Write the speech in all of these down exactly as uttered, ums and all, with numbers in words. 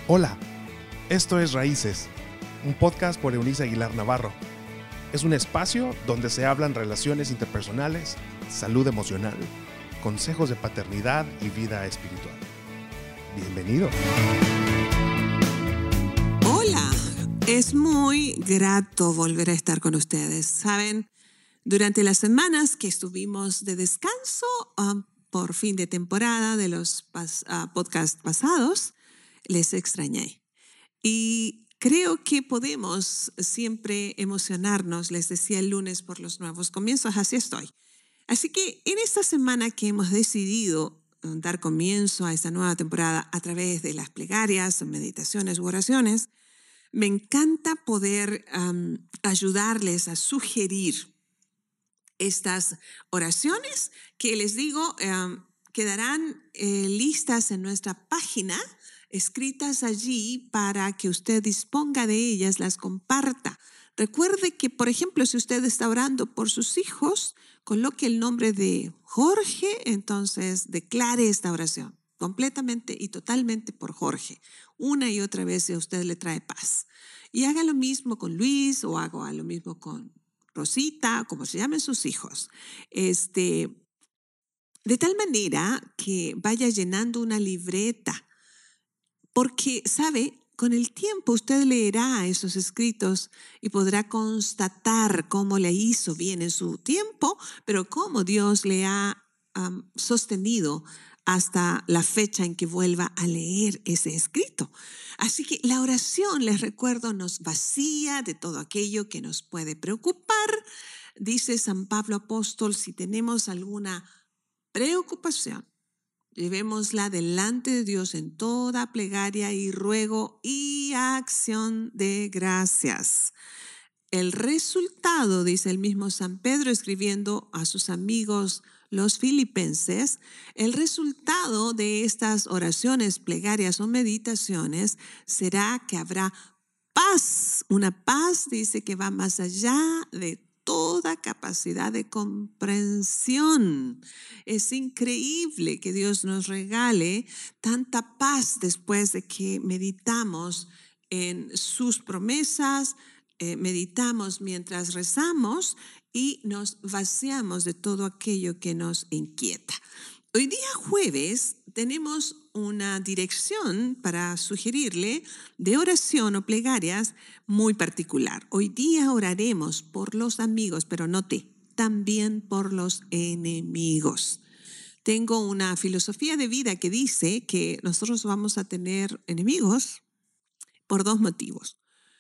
Hola, esto es Raíces, un podcast por Eunice Aguilar Navarro. Es un espacio donde se hablan relaciones interpersonales, salud emocional, consejos de paternidad y vida espiritual. Bienvenido. Hola, es muy grato volver a estar con ustedes. Saben, durante las semanas que estuvimos de descanso uh, por fin de temporada de los pas- uh, podcasts pasados, les extrañé. Y creo que podemos siempre emocionarnos, les decía el lunes, por los nuevos comienzos, así estoy. Así que en esta semana que hemos decidido dar comienzo a esta nueva temporada a través de las plegarias, meditaciones u oraciones, me encanta poder um, ayudarles a sugerir estas oraciones que les digo um, quedarán eh, listas en nuestra página, escritas allí para que usted disponga de ellas, las comparta. Recuerde que, por ejemplo, si usted está orando por sus hijos, coloque el nombre de Jorge, entonces declare esta oración completamente y totalmente por Jorge. Una y otra vez si a usted le trae paz. Y haga lo mismo con Luis o haga lo mismo con Rosita, como se llamen sus hijos. Este, de tal manera que vaya llenando una libreta. Porque, ¿sabe? Con el tiempo usted leerá esos escritos y podrá constatar cómo le hizo bien en su tiempo, pero cómo Dios le ha um, sostenido hasta la fecha en que vuelva a leer ese escrito. Así que la oración, les recuerdo, nos vacía de todo aquello que nos puede preocupar. Dice San Pablo Apóstol, si tenemos alguna preocupación, llevémosla delante de Dios en toda plegaria y ruego y acción de gracias. El resultado, dice el mismo San Pedro escribiendo a sus amigos los filipenses, el resultado de estas oraciones, plegarias o meditaciones será que habrá paz, una paz, dice, que va más allá de toda capacidad de comprensión. Es increíble que Dios nos regale tanta paz después de que meditamos en sus promesas, eh, meditamos mientras rezamos y nos vaciamos de todo aquello que nos inquieta. Hoy día jueves tenemos una dirección para sugerirle de oración o plegarias muy particular. Hoy día oraremos por los amigos, pero note, también por los enemigos. Tengo una filosofía de vida que dice que nosotros vamos a tener enemigos por dos motivos.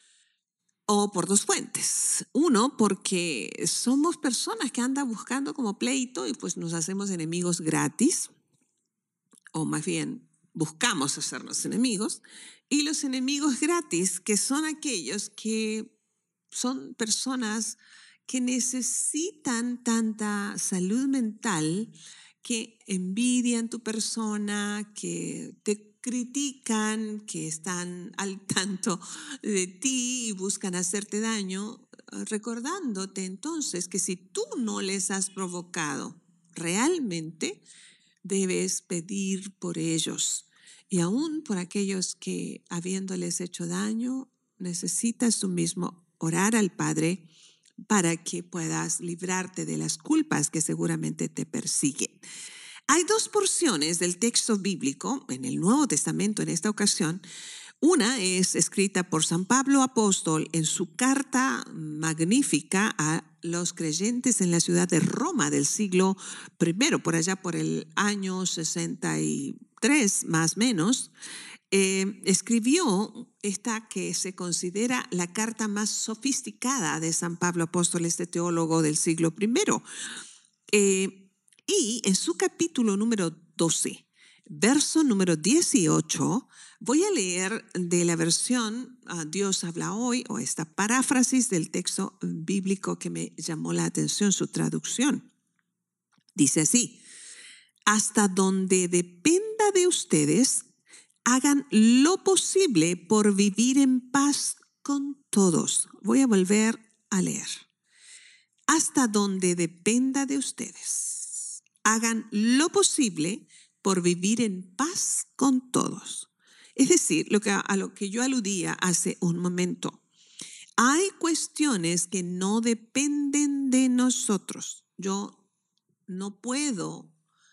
O por dos fuentes. Uno, porque somos personas que andan buscando como pleito y pues nos hacemos enemigos gratis, o más bien buscamos hacernos enemigos. Y los enemigos gratis, que son aquellos que son personas que necesitan tanta salud mental, que envidian tu persona, que te critican, que están al tanto de ti y buscan hacerte daño, recordándote entonces que si tú no les has provocado realmente, debes pedir por ellos. Y aún por aquellos que, habiéndoles hecho daño, necesitas tú mismo orar al Padre para que puedas librarte de las culpas que seguramente te persiguen. Hay dos porciones del texto bíblico en el Nuevo Testamento en esta ocasión. Una es escrita por San Pablo Apóstol en su carta magnífica a los creyentes en la ciudad de Roma del siglo primero, por allá por el año sesenta y tres más o menos. Eh, escribió esta que se considera la carta más sofisticada de San Pablo Apóstol, este teólogo del siglo primero. Eh, y en su capítulo número doce, verso número dieciocho, voy a leer de la versión uh, Dios habla hoy, o esta paráfrasis del texto bíblico que me llamó la atención, su traducción. Dice así: hasta donde dependa de ustedes, hagan lo posible por vivir en paz con todos. Voy a volver a leer. Hasta donde dependa de ustedes, hagan lo posible por vivir en paz con todos. Es decir, lo que, a lo que yo aludía hace un momento. Hay cuestiones que no dependen de nosotros. Yo no puedo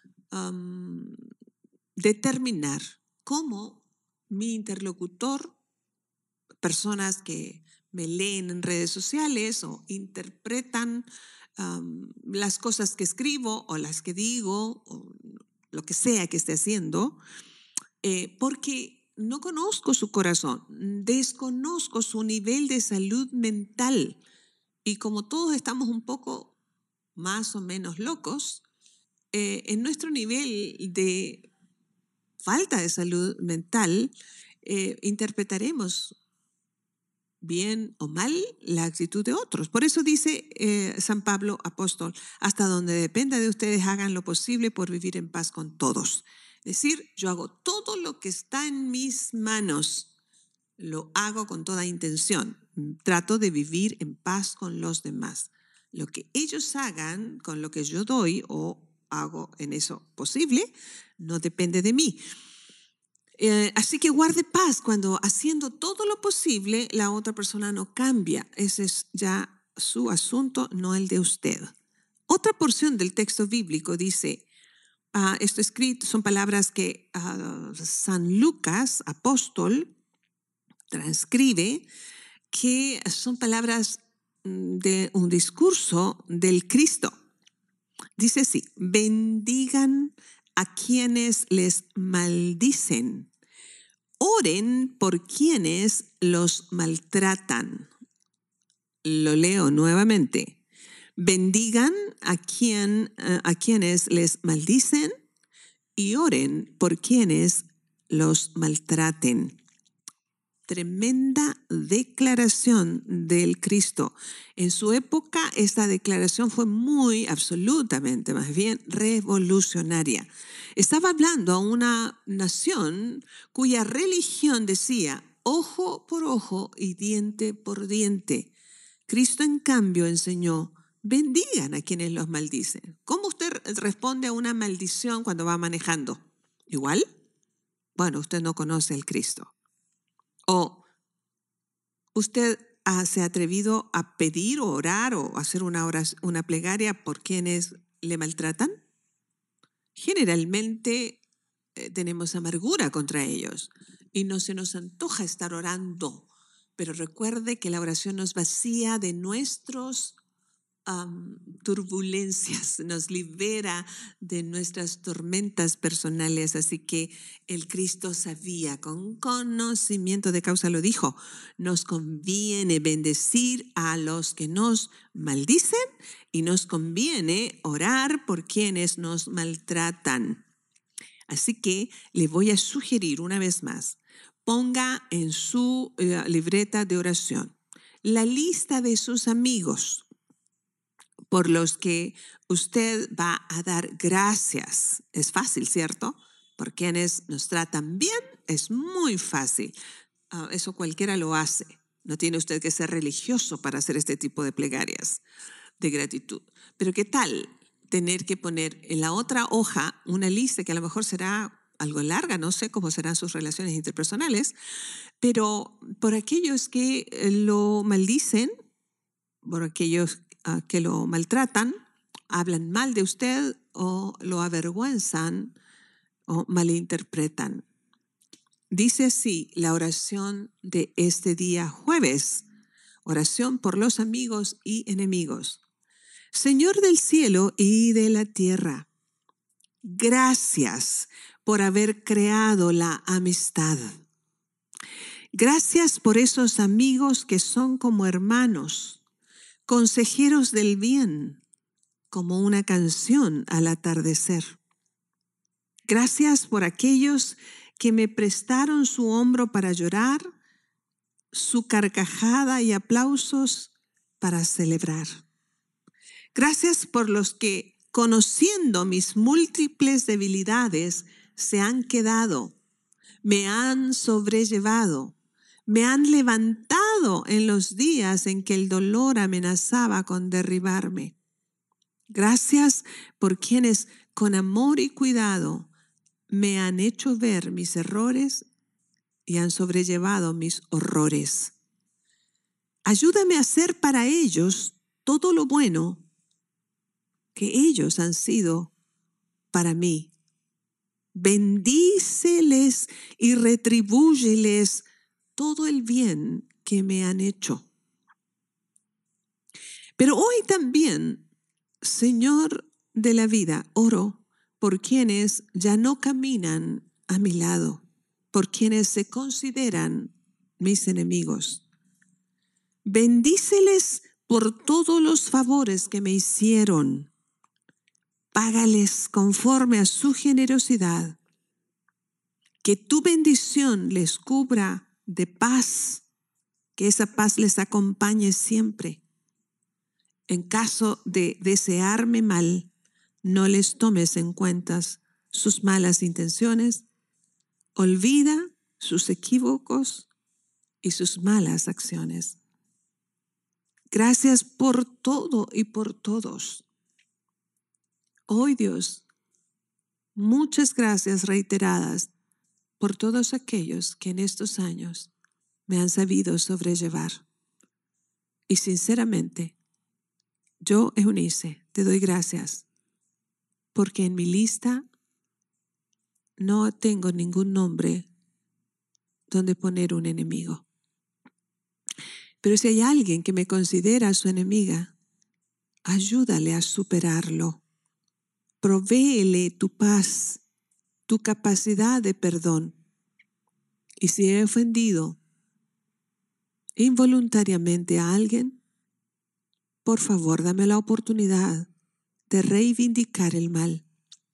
um, determinar cómo mi interlocutor, personas que me leen en redes sociales o interpretan um, las cosas que escribo o las que digo o lo que sea que esté haciendo, eh, porque no conozco su corazón, desconozco su nivel de salud mental. Y como todos estamos un poco más o menos locos, eh, en nuestro nivel de falta de salud mental, eh, interpretaremos bien o mal la actitud de otros. Por eso dice eh, San Pablo, apóstol, hasta donde dependa de ustedes, hagan lo posible por vivir en paz con todos. Es decir, yo hago todo lo que está en mis manos, lo hago con toda intención. Trato de vivir en paz con los demás. Lo que ellos hagan con lo que yo doy o hago en eso posible, no depende de mí. Eh, así que guarde paz cuando haciendo todo lo posible la otra persona no cambia. Ese es ya su asunto, no el de usted. Otra porción del texto bíblico dice, uh, esto escrito, son palabras que uh, San Lucas, apóstol, transcribe, que son palabras de un discurso del Cristo. Dice así, bendigan a quienes les maldicen, oren por quienes los maltratan. Lo leo nuevamente. Bendigan a, quien, a quienes les maldicen y oren por quienes los maltraten. Tremenda declaración del Cristo. En su época esta declaración fue muy, absolutamente, más bien revolucionaria. Estaba hablando a una nación cuya religión decía ojo por ojo y diente por diente. Cristo, en cambio, enseñó, bendigan a quienes los maldicen. ¿Cómo usted responde a una maldición cuando va manejando? ¿Igual? Bueno, usted no conoce al Cristo. ¿O usted ah, se ha atrevido a pedir o orar o hacer una, oración, una plegaria por quienes le maltratan? Generalmente eh, tenemos amargura contra ellos y no se nos antoja estar orando. Pero recuerde que la oración nos vacía de nuestros um, turbulencias, nos libera de nuestras tormentas personales. Así que el Cristo sabía, con conocimiento de causa lo dijo, nos conviene bendecir a los que nos maldicen y nos conviene orar por quienes nos maltratan. Así que le voy a sugerir una vez más, ponga en su eh, libreta de oración la lista de sus amigos por los que usted va a dar gracias. Es fácil, ¿cierto? Por quienes nos tratan bien, es muy fácil. Uh, eso cualquiera lo hace. No tiene usted que ser religioso para hacer este tipo de plegarias de gratitud. Pero ¿qué tal tener que poner en la otra hoja una lista que a lo mejor será algo larga, no sé cómo serán sus relaciones interpersonales, pero por aquellos que lo maldicen, por aquellos uh, que lo maltratan, hablan mal de usted o lo avergüenzan o malinterpretan. Dice así la oración de este día jueves, oración por los amigos y enemigos. Señor del cielo y de la tierra, gracias por haber creado la amistad. Gracias por esos amigos que son como hermanos, consejeros del bien, como una canción al atardecer. Gracias por aquellos que me prestaron su hombro para llorar, su carcajada y aplausos para celebrar. Gracias por los que, conociendo mis múltiples debilidades, se han quedado, me han sobrellevado, me han levantado en los días en que el dolor amenazaba con derribarme. Gracias por quienes, con amor y cuidado, me han hecho ver mis errores y han sobrellevado mis horrores. Ayúdame a hacer para ellos todo lo bueno que ellos han sido para mí. Bendíceles y retribúyeles todo el bien que me han hecho. Pero hoy también, Señor de la vida, oro por quienes ya no caminan a mi lado, por quienes se consideran mis enemigos. Bendíceles por todos los favores que me hicieron. Págales conforme a su generosidad. Que tu bendición les cubra de paz, que esa paz les acompañe siempre. En caso de desearme mal, no les tomes en cuenta sus malas intenciones. Olvida sus equívocos y sus malas acciones. Gracias por todo y por todos. Hoy, Dios, muchas gracias reiteradas por todos aquellos que en estos años me han sabido sobrellevar. Y sinceramente, yo, Eunice, te doy gracias porque en mi lista no tengo ningún nombre donde poner un enemigo. Pero si hay alguien que me considera su enemiga, ayúdale a superarlo. Provéele tu paz, tu capacidad de perdón. Y si he ofendido involuntariamente a alguien, por favor, dame la oportunidad de reivindicar el mal.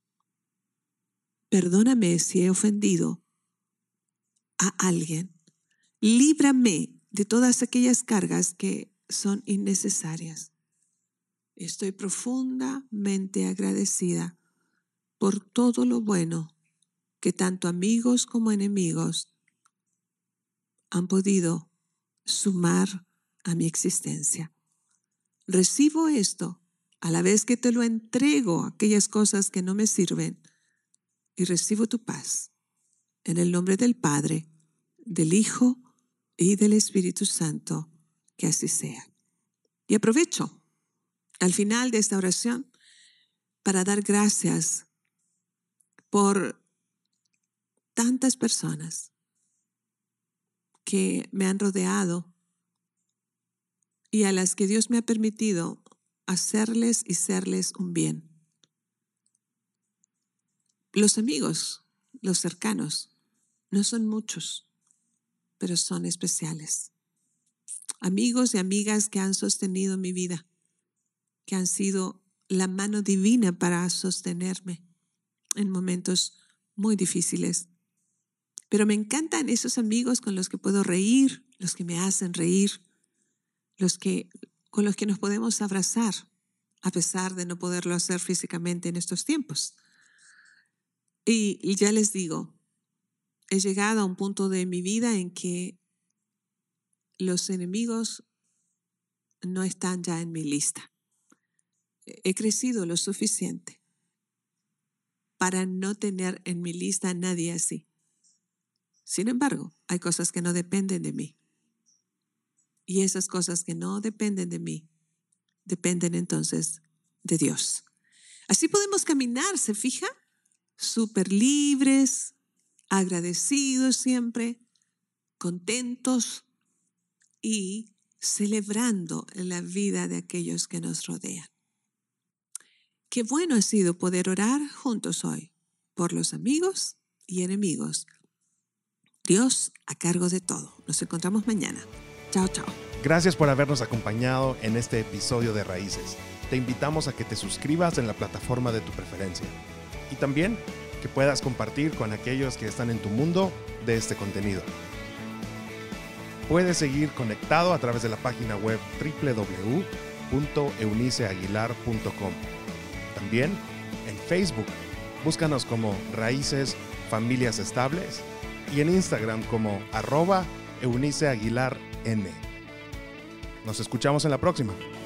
Perdóname si he ofendido a alguien. Líbrame de todas aquellas cargas que son innecesarias. Estoy profundamente agradecida por todo lo bueno que tanto amigos como enemigos han podido sumar a mi existencia. Recibo esto a la vez que te lo entrego, aquellas cosas que no me sirven, y recibo tu paz. En el nombre del Padre, del Hijo y del Espíritu Santo, que así sea. Y aprovecho al final de esta oración para dar gracias por tantas personas que me han rodeado y a las que Dios me ha permitido hacerles y serles un bien. Los amigos, los cercanos, no son muchos, pero son especiales. Amigos y amigas que han sostenido mi vida, que han sido la mano divina para sostenerme en momentos muy difíciles. Pero me encantan esos amigos con los que puedo reír, los que me hacen reír, los que, con los que nos podemos abrazar, a pesar de no poderlo hacer físicamente en estos tiempos. Y, y ya les digo, he llegado a un punto de mi vida en que los enemigos no están ya en mi lista. He crecido lo suficiente para no tener en mi lista a nadie así. Sin embargo, hay cosas que no dependen de mí. Y esas cosas que no dependen de mí, dependen entonces de Dios. Así podemos caminar, ¿se fija? Súper libres, agradecidos siempre, contentos y celebrando la vida de aquellos que nos rodean. Qué bueno ha sido poder orar juntos hoy por los amigos y enemigos. Dios a cargo de todo. Nos encontramos mañana. Chao, chao. Gracias por habernos acompañado en este episodio de Raíces. Te invitamos a que te suscribas en la plataforma de tu preferencia y también que puedas compartir con aquellos que están en tu mundo de este contenido. Puedes seguir conectado a través de la página web doble u doble u doble u punto eunice aguilar punto com. También en Facebook, búscanos como Raíces Familias Estables y en Instagram como arroba Eunice Aguilar N. Nos escuchamos en la próxima.